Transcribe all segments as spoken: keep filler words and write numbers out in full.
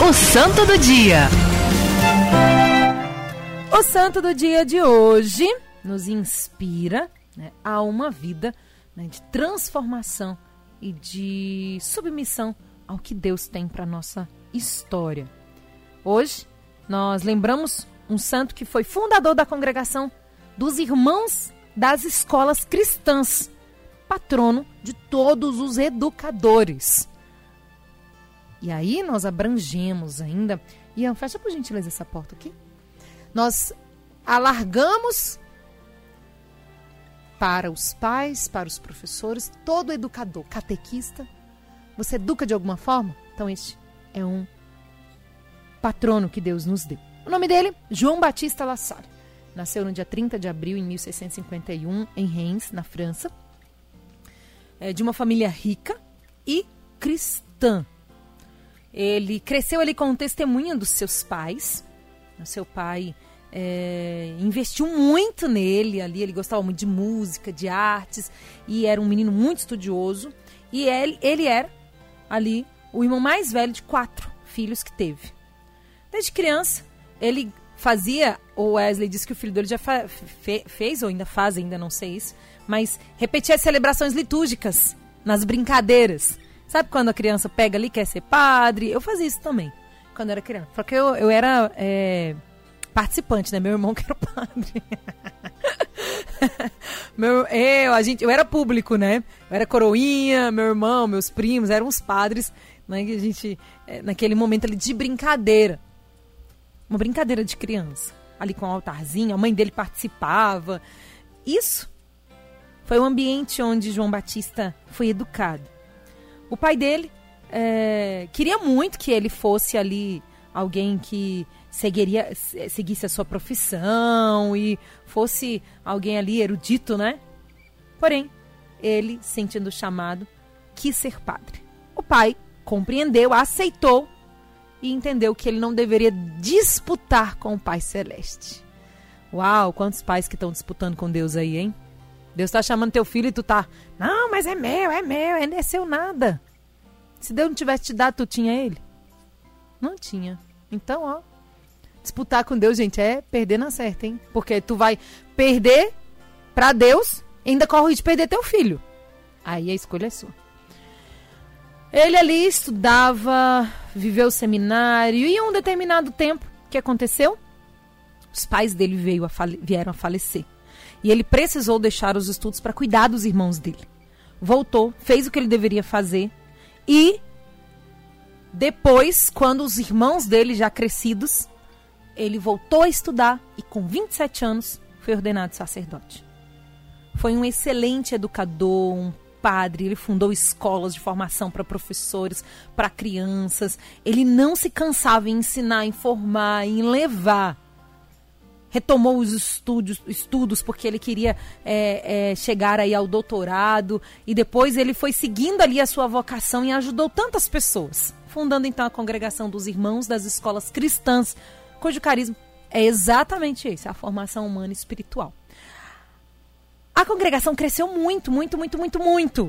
O Santo do Dia. O Santo do Dia de hoje nos inspira, né, a uma vida, né, de transformação e de submissão ao que Deus tem para a nossa história. Hoje nós lembramos um santo que foi fundador da congregação dos Irmãos das Escolas Cristãs, patrono de todos os educadores. E aí nós abrangemos ainda... Ian, fecha por gentileza essa porta aqui. Nós alargamos para os pais, para os professores, todo educador, catequista. Você educa de alguma forma? Então este é um patrono que Deus nos deu. O nome dele, João Batista La Salle. Nasceu no dia trinta de abril de mil seiscentos e cinquenta e um, em Reims, na França. É de uma família rica e cristã. Ele cresceu ali com o testemunho dos seus pais. O seu pai é, investiu muito nele ali. Ele gostava muito de música, de artes. E era um menino muito estudioso. E ele, ele era ali o irmão mais velho de quatro filhos que teve. Desde criança, ele fazia... O Wesley disse que o filho dele já fa, fe, fez, ou ainda faz, ainda não sei isso. Mas repetia as celebrações litúrgicas nas brincadeiras. Sabe quando a criança pega ali, quer ser padre? Eu fazia isso também, quando eu era criança. Porque eu, eu era é, participante, né? Meu irmão que era padre. meu, eu, a gente, eu era público, né? Eu era coroinha, meu irmão, meus primos, eram os padres, né? Que a gente, é, naquele momento ali de brincadeira. Uma brincadeira de criança. Ali com o altarzinho, a mãe dele participava. Isso foi o ambiente onde João Batista foi educado. O pai dele é, queria muito que ele fosse ali alguém que seguiria, seguisse a sua profissão e fosse alguém ali erudito, né? Porém, ele, sentindo o chamado, quis ser padre. O pai compreendeu, aceitou e entendeu que ele não deveria disputar com o Pai Celeste. Uau, quantos pais que estão disputando com Deus aí, hein? Deus está chamando teu filho e tu tá... Não, mas é meu, é meu, é, não é seu nada. Se Deus não tivesse te dado, tu tinha ele? Não tinha. Então, ó, disputar com Deus, gente, é perder na certa, hein? Porque tu vai perder pra Deus e ainda corre de perder teu filho. Aí a escolha é sua. Ele ali estudava, viveu o seminário e em um determinado tempo, o que aconteceu? Os pais dele veio a fale- vieram a falecer. E ele precisou deixar os estudos para cuidar dos irmãos dele. Voltou, fez o que ele deveria fazer. E depois, quando os irmãos dele já crescidos, ele voltou a estudar e com vinte e sete anos foi ordenado sacerdote. Foi um excelente educador, um padre. Ele fundou escolas de formação para professores, para crianças. Ele não se cansava em ensinar, em formar, em levar. Retomou os estudos, estudos porque ele queria é, é, chegar aí ao doutorado. E depois ele foi seguindo ali a sua vocação e ajudou tantas pessoas. Fundando então a congregação dos Irmãos das Escolas Cristãs, cujo carisma é exatamente esse, a formação humana e espiritual. A congregação cresceu muito, muito, muito, muito, muito.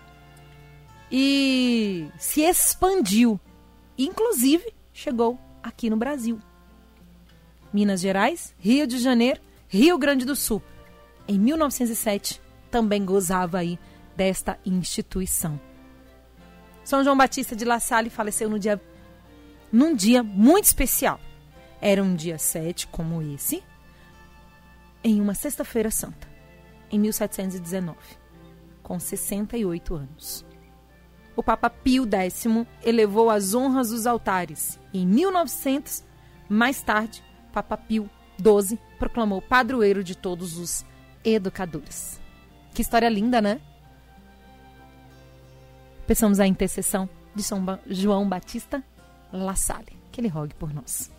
E se expandiu. Inclusive, chegou aqui no Brasil. Minas Gerais, Rio de Janeiro, Rio Grande do Sul. Em mil novecentos e sete, também gozava aí desta instituição. São João Batista de La Salle faleceu no dia, num dia muito especial. Era um dia sete, como esse, em uma sexta-feira santa, em mil setecentos e dezenove, com sessenta e oito anos. O Papa Pio X elevou as honras dos altares. E em mil e novecentos, mais tarde, Papa Pio doze proclamou padroeiro de todos os educadores. Que história linda, né? Peçamos a intercessão de São João Batista La Salle, que ele rogue por nós.